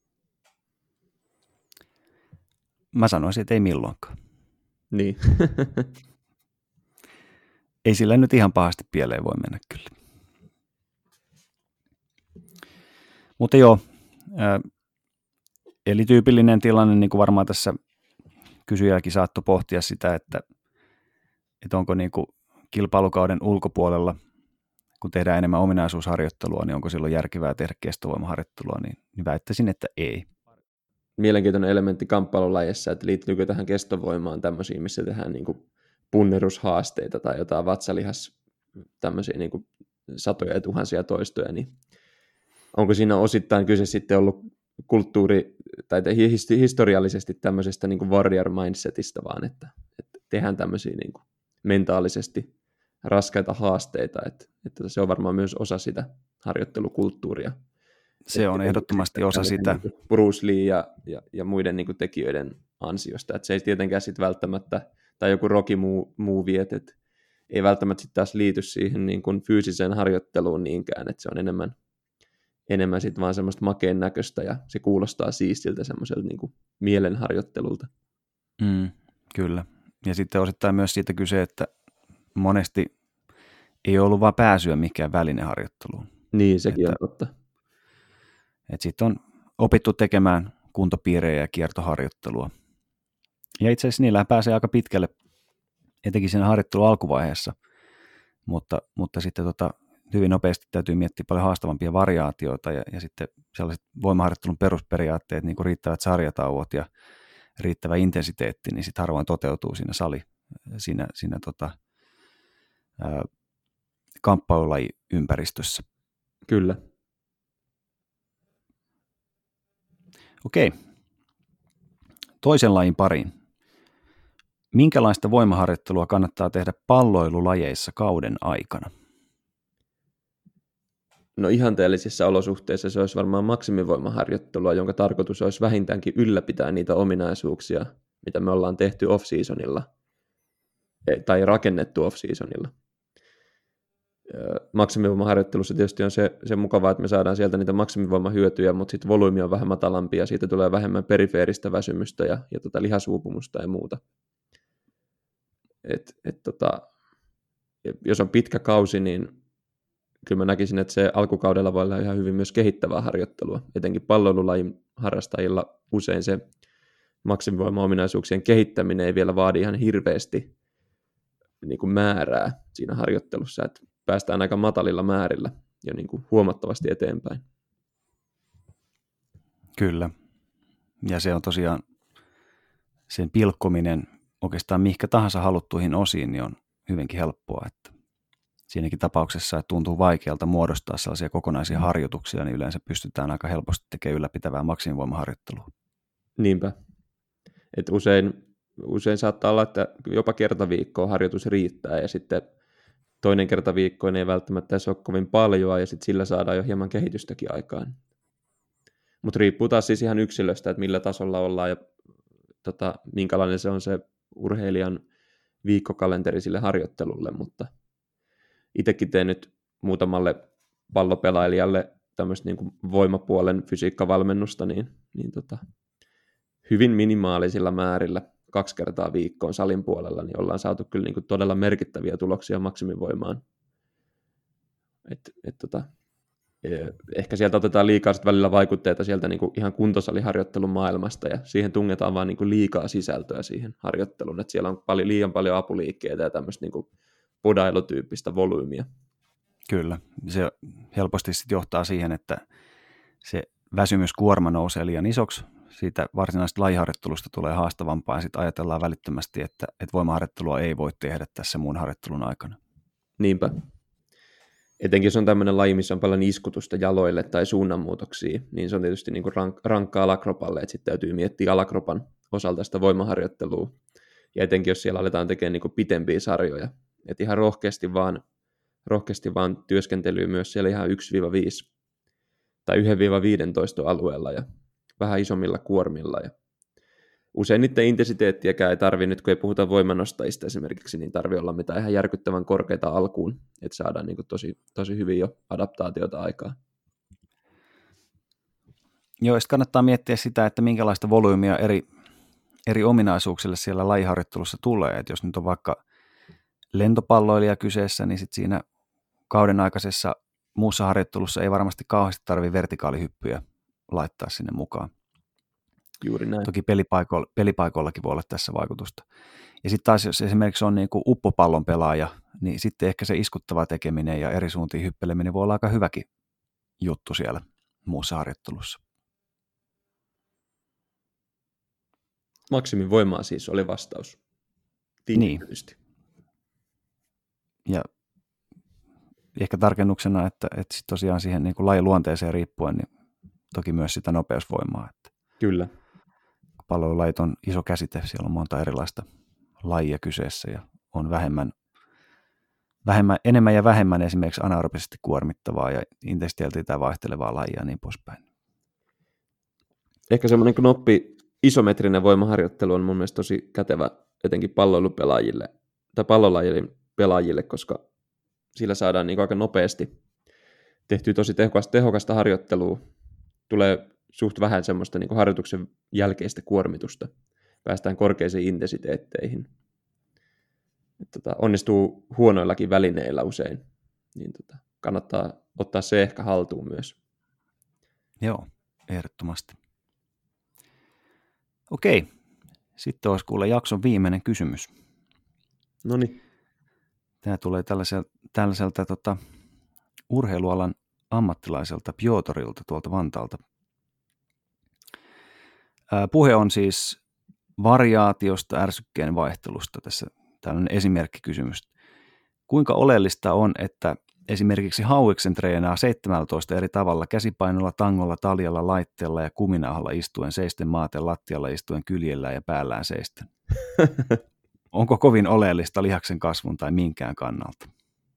Mä sanoisin, että ei milloinkaan. Niin. Ei sillä nyt ihan pahasti pieleen voi mennä kyllä. Mutta joo, eli tyypillinen tilanne, niin kuin varmaan tässä kysyjälläkin saattoi pohtia sitä, että onko niin kuin kilpailukauden ulkopuolella, kun tehdään enemmän ominaisuusharjoittelua, niin onko silloin järkevää tehdä kestovoimaharjoittelua, niin väittäisin, että ei. Mielenkiintoinen elementti kamppailulajissa, että liittyykö tähän kestovoimaan tämmöisiin, missä tehdään niin kuin punnerushaasteita tai jotain vatsalihas, tämmöisiä niin kuin satoja ja tuhansia toistoja, niin onko siinä osittain kyse sitten ollut kulttuuri- tai historiallisesti tämmöisestä niin kuin warrior mindsetistä, vaan että tehdään tämmöisiä niin kuin mentaalisesti raskaita haasteita, että se on varmaan myös osa sitä harjoittelukulttuuria. Se on ehdottomasti osa sitä. Bruce Lee ja muiden niin kuin tekijöiden ansiosta, että se ei tietenkään sitten välttämättä, tai joku Rocky-movie, että ei välttämättä sitten taas liity siihen niin kuin fyysiseen harjoitteluun niinkään, että se on enemmän sitten vaan semmoista makeen näköistä, ja se kuulostaa siistiltä semmoiselta niin kuin mielenharjoittelulta. Kyllä. Ja sitten osittain myös siitä kyse, että monesti ei ollut vaan pääsyä mikään välineharjoitteluun. Niin, sekin on totta. Että sitten on opittu tekemään kuntopiirejä ja kiertoharjoittelua. Ja itse asiassa niillä pääsee aika pitkälle, etenkin siinä harjoittelun alkuvaiheessa, mutta sitten hyvin nopeasti täytyy miettiä paljon haastavampia variaatioita ja sitten sellaiset voimaharjoittelun perusperiaatteet, niin kuin riittävät sarjatauot ja riittävä intensiteetti, niin sitten harvoin toteutuu siinä kamppailulajiympäristössä. Kyllä. Okei. Toisen lajin pariin. Minkälaista voimaharjoittelua kannattaa tehdä palloilulajeissa kauden aikana? No ihanteellisissa olosuhteissa se olisi varmaan maksimivoimaharjoittelua, jonka tarkoitus olisi vähintäänkin ylläpitää niitä ominaisuuksia, mitä me ollaan tehty off-seasonilla tai rakennettu off-seasonilla. Maksimivoimaharjoittelussa tietysti on se mukavaa, että me saadaan sieltä niitä maksimivoimahyötyjä, mutta sitten volyymi on vähän matalampi ja siitä tulee vähemmän perifeeristä väsymystä ja lihasuupumusta ja muuta. Jos on pitkä kausi, niin kyllä mä näkisin, että se alkukaudella voi olla ihan hyvin myös kehittävää harjoittelua. Etenkin palloilulajin harrastajilla usein se maksimivoima-ominaisuuksien kehittäminen ei vielä vaadi ihan hirveästi niin kuin määrää siinä harjoittelussa, että päästään aika matalilla määrillä jo niin kuin huomattavasti eteenpäin. Kyllä. Ja se on tosiaan sen pilkkominen oikeastaan mihinkä tahansa haluttuihin osiin, niin on hyvinkin helppoa, että siinäkin tapauksessa, että tuntuu vaikealta muodostaa sellaisia kokonaisia harjoituksia, niin yleensä pystytään aika helposti tekemään ylläpitävää maksimivoimaharjoittelua. Niinpä. Että usein saattaa olla, että jopa kerta viikkoa harjoitus riittää, ja sitten toinen kerta viikkoon ei välttämättä edes ole kovin paljon, ja sitten sillä saadaan jo hieman kehitystäkin aikaan. Mutta riippuu taas siis ihan yksilöstä, että millä tasolla ollaan, ja minkälainen se on se urheilijan viikkokalenteri sille harjoittelulle, mutta itsekin teen nyt muutamalle pallopelailijalle tämmöistä niin kuin voimapuolen fysiikkavalmennusta, niin hyvin minimaalisilla määrillä 2 kertaa viikkoon salin puolella, niin ollaan saatu kyllä niin kuin todella merkittäviä tuloksia maksimivoimaan. Ehkä sieltä otetaan liikaa sit välillä vaikutteita sieltä niin kuin ihan kuntosaliharjoittelun maailmasta, ja siihen tungetaan vaan niin kuin liikaa sisältöä siihen harjoitteluun, että siellä on liian paljon apuliikkeitä ja tämmöistä niin kuin podailutyyppistä volyymiä. Kyllä, se helposti sit johtaa siihen, että se väsymyskuorma nousee liian isoksi, siitä varsinaisesta lajiharjoittelusta tulee haastavampaa, ja sitten ajatellaan välittömästi, että voimaharjoittelua ei voi tehdä tässä muun harjoittelun aikana. Niinpä. Etenkin jos on tämmöinen laji, missä on paljon iskutusta jaloille tai suunnanmuutoksia, niin se on tietysti niin kuin rankkaa alakropalle, että sitten täytyy miettiä alakropan osalta sitä voimaharjoittelua. Ja etenkin jos siellä aletaan tekemään niin kuin pitempiä sarjoja, että ihan rohkeasti vaan työskentelyä myös siellä ihan 1-5 tai 1-15 alueella ja vähän isommilla kuormilla. Ja usein niiden intensiteettiäkään ei tarvitse, nyt kun ei puhuta voimanostajista esimerkiksi, niin tarvitse olla mitään ihan järkyttävän korkeita alkuun, että saadaan niin kuin tosi hyvin jo adaptaatiota aikaan. Joo, sitten kannattaa miettiä sitä, että minkälaista volyymia eri ominaisuuksille siellä lajiharjoittelussa tulee. Et jos nyt on vaikka lentopalloilija kyseessä, niin sit siinä kauden aikaisessa muussa harjoittelussa ei varmasti kauheasti tarvitse vertikaalihyppyjä laittaa sinne mukaan. Juuri näin. Toki pelipaikoillakin voi olla tässä vaikutusta. Ja sitten taas, jos esimerkiksi on niin kuin uppopallon pelaaja, niin sitten ehkä se iskuttava tekeminen ja eri suuntiin hyppeleminen voi olla aika hyväkin juttu siellä muussa harjoittelussa. Maksimivoimaa siis oli vastaus. Tiivistysti. Niin. Ja ehkä tarkennuksena, että sit tosiaan siihen niin kuin lajin luonteeseen riippuen, niin toki myös sitä nopeusvoimaa. Että Kyllä. palloilulajit on iso käsite, siellä on monta erilaista lajia kyseessä ja on enemmän ja vähemmän esimerkiksi anaerobisesti kuormittavaa ja intensiteettiltään vaihtelevaa lajia ja niin poispäin. Ehkä semmoinen knoppi, isometrinen voimaharjoittelu on mun mielestä tosi kätevä etenkin palloilupelaajille tai pallolajien pelaajille, koska sillä saadaan niin aika nopeasti tehtyä tosi tehokasta harjoittelua. Tulee suht vähän semmoista niin harjoituksen jälkeistä kuormitusta. Päästään korkeisiin intensiteetteihin. Onnistuu huonoillakin välineillä usein. Niin kannattaa ottaa se ehkä haltuun myös. Joo, ehdottomasti. Okei, sitten olisi kuule jakson viimeinen kysymys. Noniin. Tämä tulee tällaiselta urheilualan ammattilaiselta Piotorilta tuolta Vantaalta. Puhe on siis variaatiosta, ärsykkeen vaihtelusta. Tässä tällainen esimerkkikysymys. Kuinka oleellista on, että esimerkiksi hauiksen treenaa 17 eri tavalla käsipainolla, tangolla, taljalla, laitteella ja kuminauhalla istuen, seisten maaten, lattialla istuen, kyljellään ja päällään seisten? Onko kovin oleellista lihaksen kasvun tai minkään kannalta?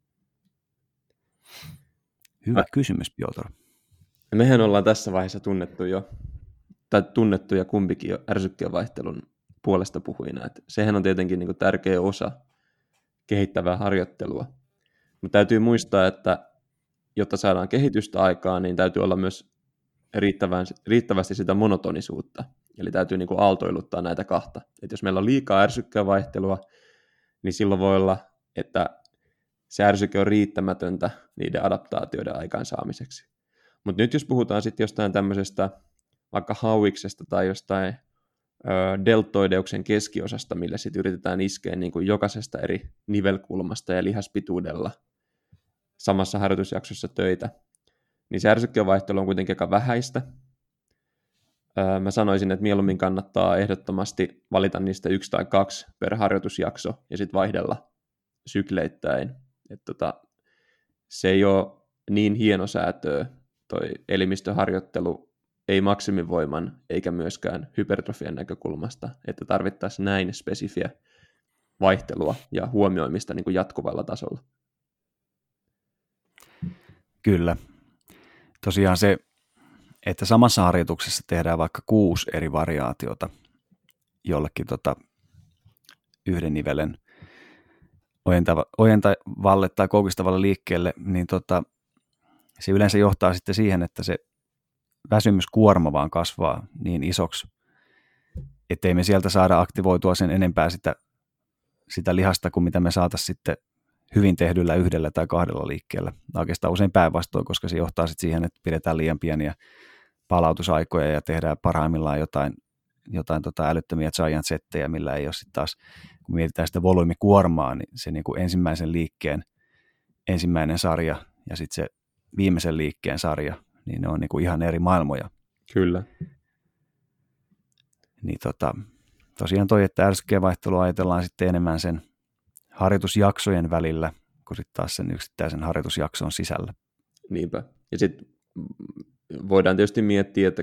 Hyvä kysymys, Piotr. Mehän ollaan tässä vaiheessa tunnettu ja kumpikin jo ärsykkeen vaihtelun puolesta puhuina. Että sehän on tietenkin niin kuin tärkeä osa kehittävää harjoittelua. Mutta täytyy muistaa, että jotta saadaan kehitystä aikaan, niin täytyy olla myös riittävästi sitä monotonisuutta. Eli täytyy niin kuin aaltoiluttaa näitä kahta. Et jos meillä on liikaa ärsykkeen vaihtelua, niin silloin voi olla, että se ärsyke on riittämätöntä niiden adaptaatioiden aikaansaamiseksi. Mutta nyt jos puhutaan sitten jostain tämmöisestä vaikka hauiksesta tai jostain deltoideuksen keskiosasta, millä sitten yritetään iskeä niin kuin jokaisesta eri nivelkulmasta ja lihaspituudella samassa harjoitusjaksossa töitä, niin se ärsykkeevaihtelu on kuitenkin aika vähäistä. Mä sanoisin, että mieluummin kannattaa ehdottomasti valita niistä 1 tai 2 per harjoitusjakso ja sitten vaihdella sykleittäin. Se ei ole niin hienosäätöä toi elimistöharjoittelu, ei maksimivoiman eikä myöskään hypertrofian näkökulmasta, että tarvittaisiin näin spesifiä vaihtelua ja huomioimista niin kuin jatkuvalla tasolla. Kyllä. Tosiaan se, että samassa harjoituksessa tehdään vaikka 6 eri variaatiota jollekin yhden nivelen ojentavalle tai koukistavalle liikkeelle, niin se yleensä johtaa sitten siihen, että se väsymyskuorma vaan kasvaa niin isoksi, ettei me sieltä saada aktivoitua sen enempää sitä lihasta kuin mitä me saataisiin sitten hyvin tehdyllä 1 tai 2 liikkeellä. Oikeastaan usein päinvastoin, koska se johtaa sitten siihen, että pidetään liian pieniä palautusaikoja ja tehdään parhaimmillaan jotain älyttömiä giant settejä, millä ei ole sitten taas, kun mietitään sitä volyymikuormaa, niin se niin kuin ensimmäisen liikkeen ensimmäinen sarja ja sitten se viimeisen liikkeen sarja, niin ne on niin kuin ihan eri maailmoja. Kyllä. Niin tosiaan että ärsykkeenvaihtelua ajatellaan sitten enemmän sen harjoitusjaksojen välillä, kuin sitten taas sen yksittäisen harjoitusjakson sisällä. Niinpä. Ja sitten voidaan tietysti miettiä, että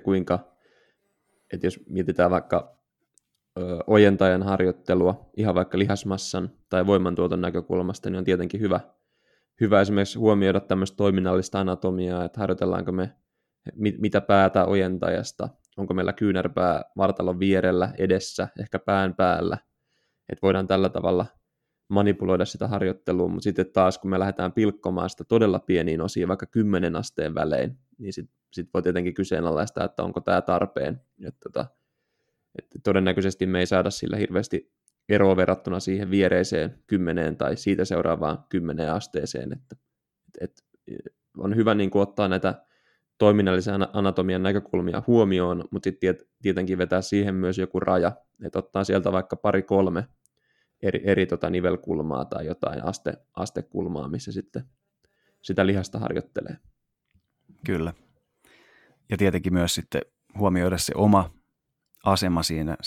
että jos mietitään vaikka ojentajan harjoittelua, ihan vaikka lihasmassan tai voimantuoton näkökulmasta, niin on tietenkin hyvä esimerkiksi huomioida tämmöistä toiminnallista anatomiaa, että harjoitellaanko me mitä päätä ojentajasta, onko meillä kyynärpää vartalon vierellä, edessä, ehkä pään päällä, että voidaan tällä tavalla manipuloida sitä harjoittelua, mutta sitten taas kun me lähdetään pilkkomaan sitä todella pieniin osiin, vaikka 10 asteen välein, niin sitten voi tietenkin kyseenalaistaa, että onko tämä tarpeen. Että todennäköisesti me ei saada sillä hirveästi eroa verrattuna siihen viereiseen 10 tai siitä seuraavaan 10 asteeseen. Että on hyvä niin kuin ottaa näitä toiminnallisen anatomian näkökulmia huomioon, mutta sitten tietenkin vetää siihen myös joku raja, että ottaa sieltä vaikka 2-3 eri nivelkulmaa tai jotain astekulmaa, missä sitten sitä lihasta harjoittelee. Kyllä. Ja tietenkin myös sitten huomioida se oma asema siinä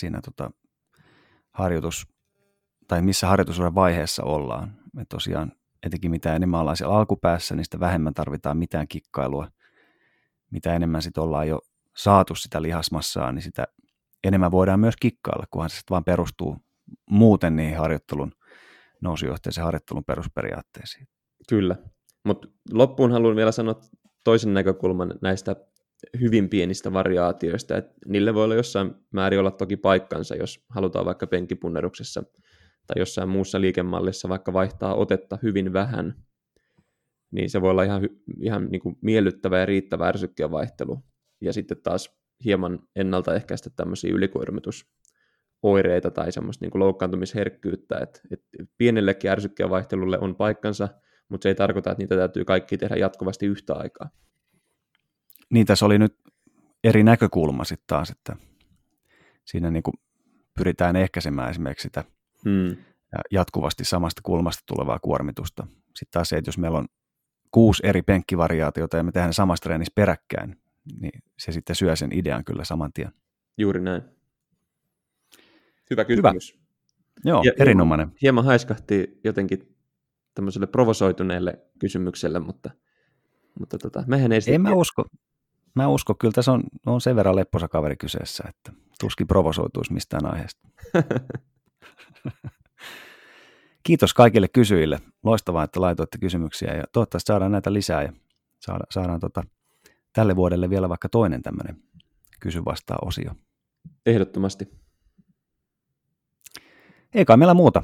harjoitus, tai missä harjoitusuran vaiheessa ollaan. Et tosiaan etenkin mitä enemmän ollaan siellä alkupäässä, niin sitä vähemmän tarvitaan mitään kikkailua. Mitä enemmän sitten ollaan jo saatu sitä lihasmassaa, niin sitä enemmän voidaan myös kikkailla, kunhan se sitten vaan perustuu muuten niihin harjoittelun nousujohteisen harjoittelun perusperiaatteisiin. Kyllä, mutta loppuun haluan vielä sanoa toisen näkökulman näistä hyvin pienistä variaatioista, että niille voi olla jossain määrin olla toki paikkansa, jos halutaan vaikka penkkipunneruksessa tai jossain muussa liikemallissa vaikka vaihtaa otetta hyvin vähän, niin se voi olla ihan niin kuin miellyttävä ja riittävä ärsykkeen vaihtelu, ja sitten taas hieman ennaltaehkäistä tämmöisiä ylikuormitusoireita tai semmoista niin kuin loukkaantumisherkkyyttä, että pienellekin ärsykkeen vaihtelulle on paikkansa, mutta se ei tarkoita, että niitä täytyy kaikki tehdä jatkuvasti yhtä aikaa. Niin, tässä oli nyt eri näkökulma sitten taas, että siinä niin kuin pyritään ehkäisemään esimerkiksi sitä jatkuvasti samasta kulmasta tulevaa kuormitusta. Sitten taas se, että jos meillä on 6 eri penkkivariaatiota ja me tehdään samassa treenissä peräkkäin, niin se sitten syö sen idean kyllä saman tien. Juuri näin. Hyvä kysymys. Hyvä. Joo, erinomainen. Hieman haiskahti jotenkin tämmöiselle provosoituneelle kysymykselle, mutta mehän ei... En mä usko. Kyllä tässä on sen verran lepposa kaveri kyseessä, että tuskin provosoituisi mistään aiheesta. Kiitos kaikille kysyjille. Loistavaa, että laitoitte kysymyksiä ja toivottavasti saadaan näitä lisää ja saadaan tälle vuodelle vielä vaikka toinen tämmöinen kysy-vastaa-osio. Ehdottomasti. Ei kai meillä muuta.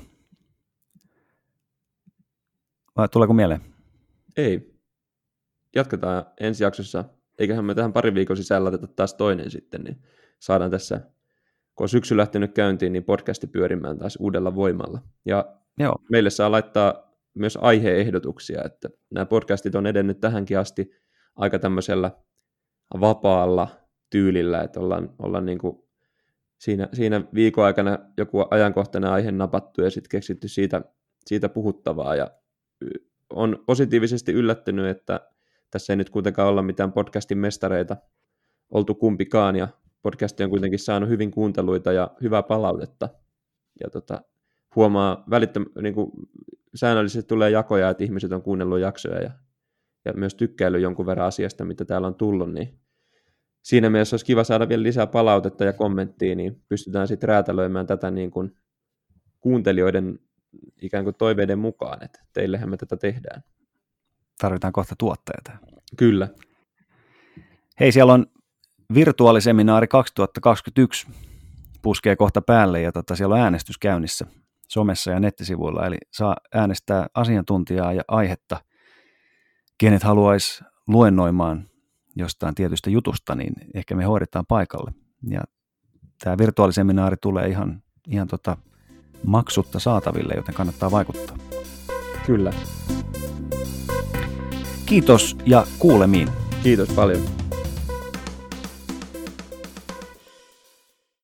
Vai tuleeko mieleen? Ei. Jatketaan ensi jaksossa. Eiköhän me tähän parin viikon sisällä laiteta taas toinen sitten, niin saadaan tässä, kun on syksy lähtenyt käyntiin, niin podcasti pyörimään taas uudella voimalla. Ja Joo. Meille saa laittaa myös aiheehdotuksia, että nämä podcastit on edennyt tähänkin asti aika tämmöisellä vapaalla tyylillä, että ollaan niin kuin siinä viikon aikana joku ajankohtainen aihe napattu ja sitten keksitty siitä puhuttavaa. Ja on positiivisesti yllättynyt, että tässä ei nyt kuitenkaan olla mitään podcastin mestareita oltu kumpikaan, ja podcasti on kuitenkin saanut hyvin kuunteluita ja hyvää palautetta. Ja huomaa niin kuin säännöllisesti tulee jakoja, että ihmiset on kuunnellut jaksoja ja myös tykkäillyt jonkun verran asiasta, mitä täällä on tullut, niin siinä mielessä olisi kiva saada vielä lisää palautetta ja kommenttia, niin pystytään sitten räätälöimään tätä niin kuin kuuntelijoiden ikään kuin toiveiden mukaan, että teillehän me tätä tehdään. Tarvitaan kohta tuotteita. Kyllä. Hei, siellä on virtuaaliseminaari 2021 puskee kohta päälle ja siellä on äänestys käynnissä somessa ja nettisivuilla, eli saa äänestää asiantuntijaa ja aihetta, kenet haluaisi luennoimaan jostain tietystä jutusta, niin ehkä me hoidetaan paikalle. Ja tämä virtuaaliseminaari tulee ihan maksutta saataville, joten kannattaa vaikuttaa. Kyllä. Kiitos ja kuulemiin. Kiitos paljon.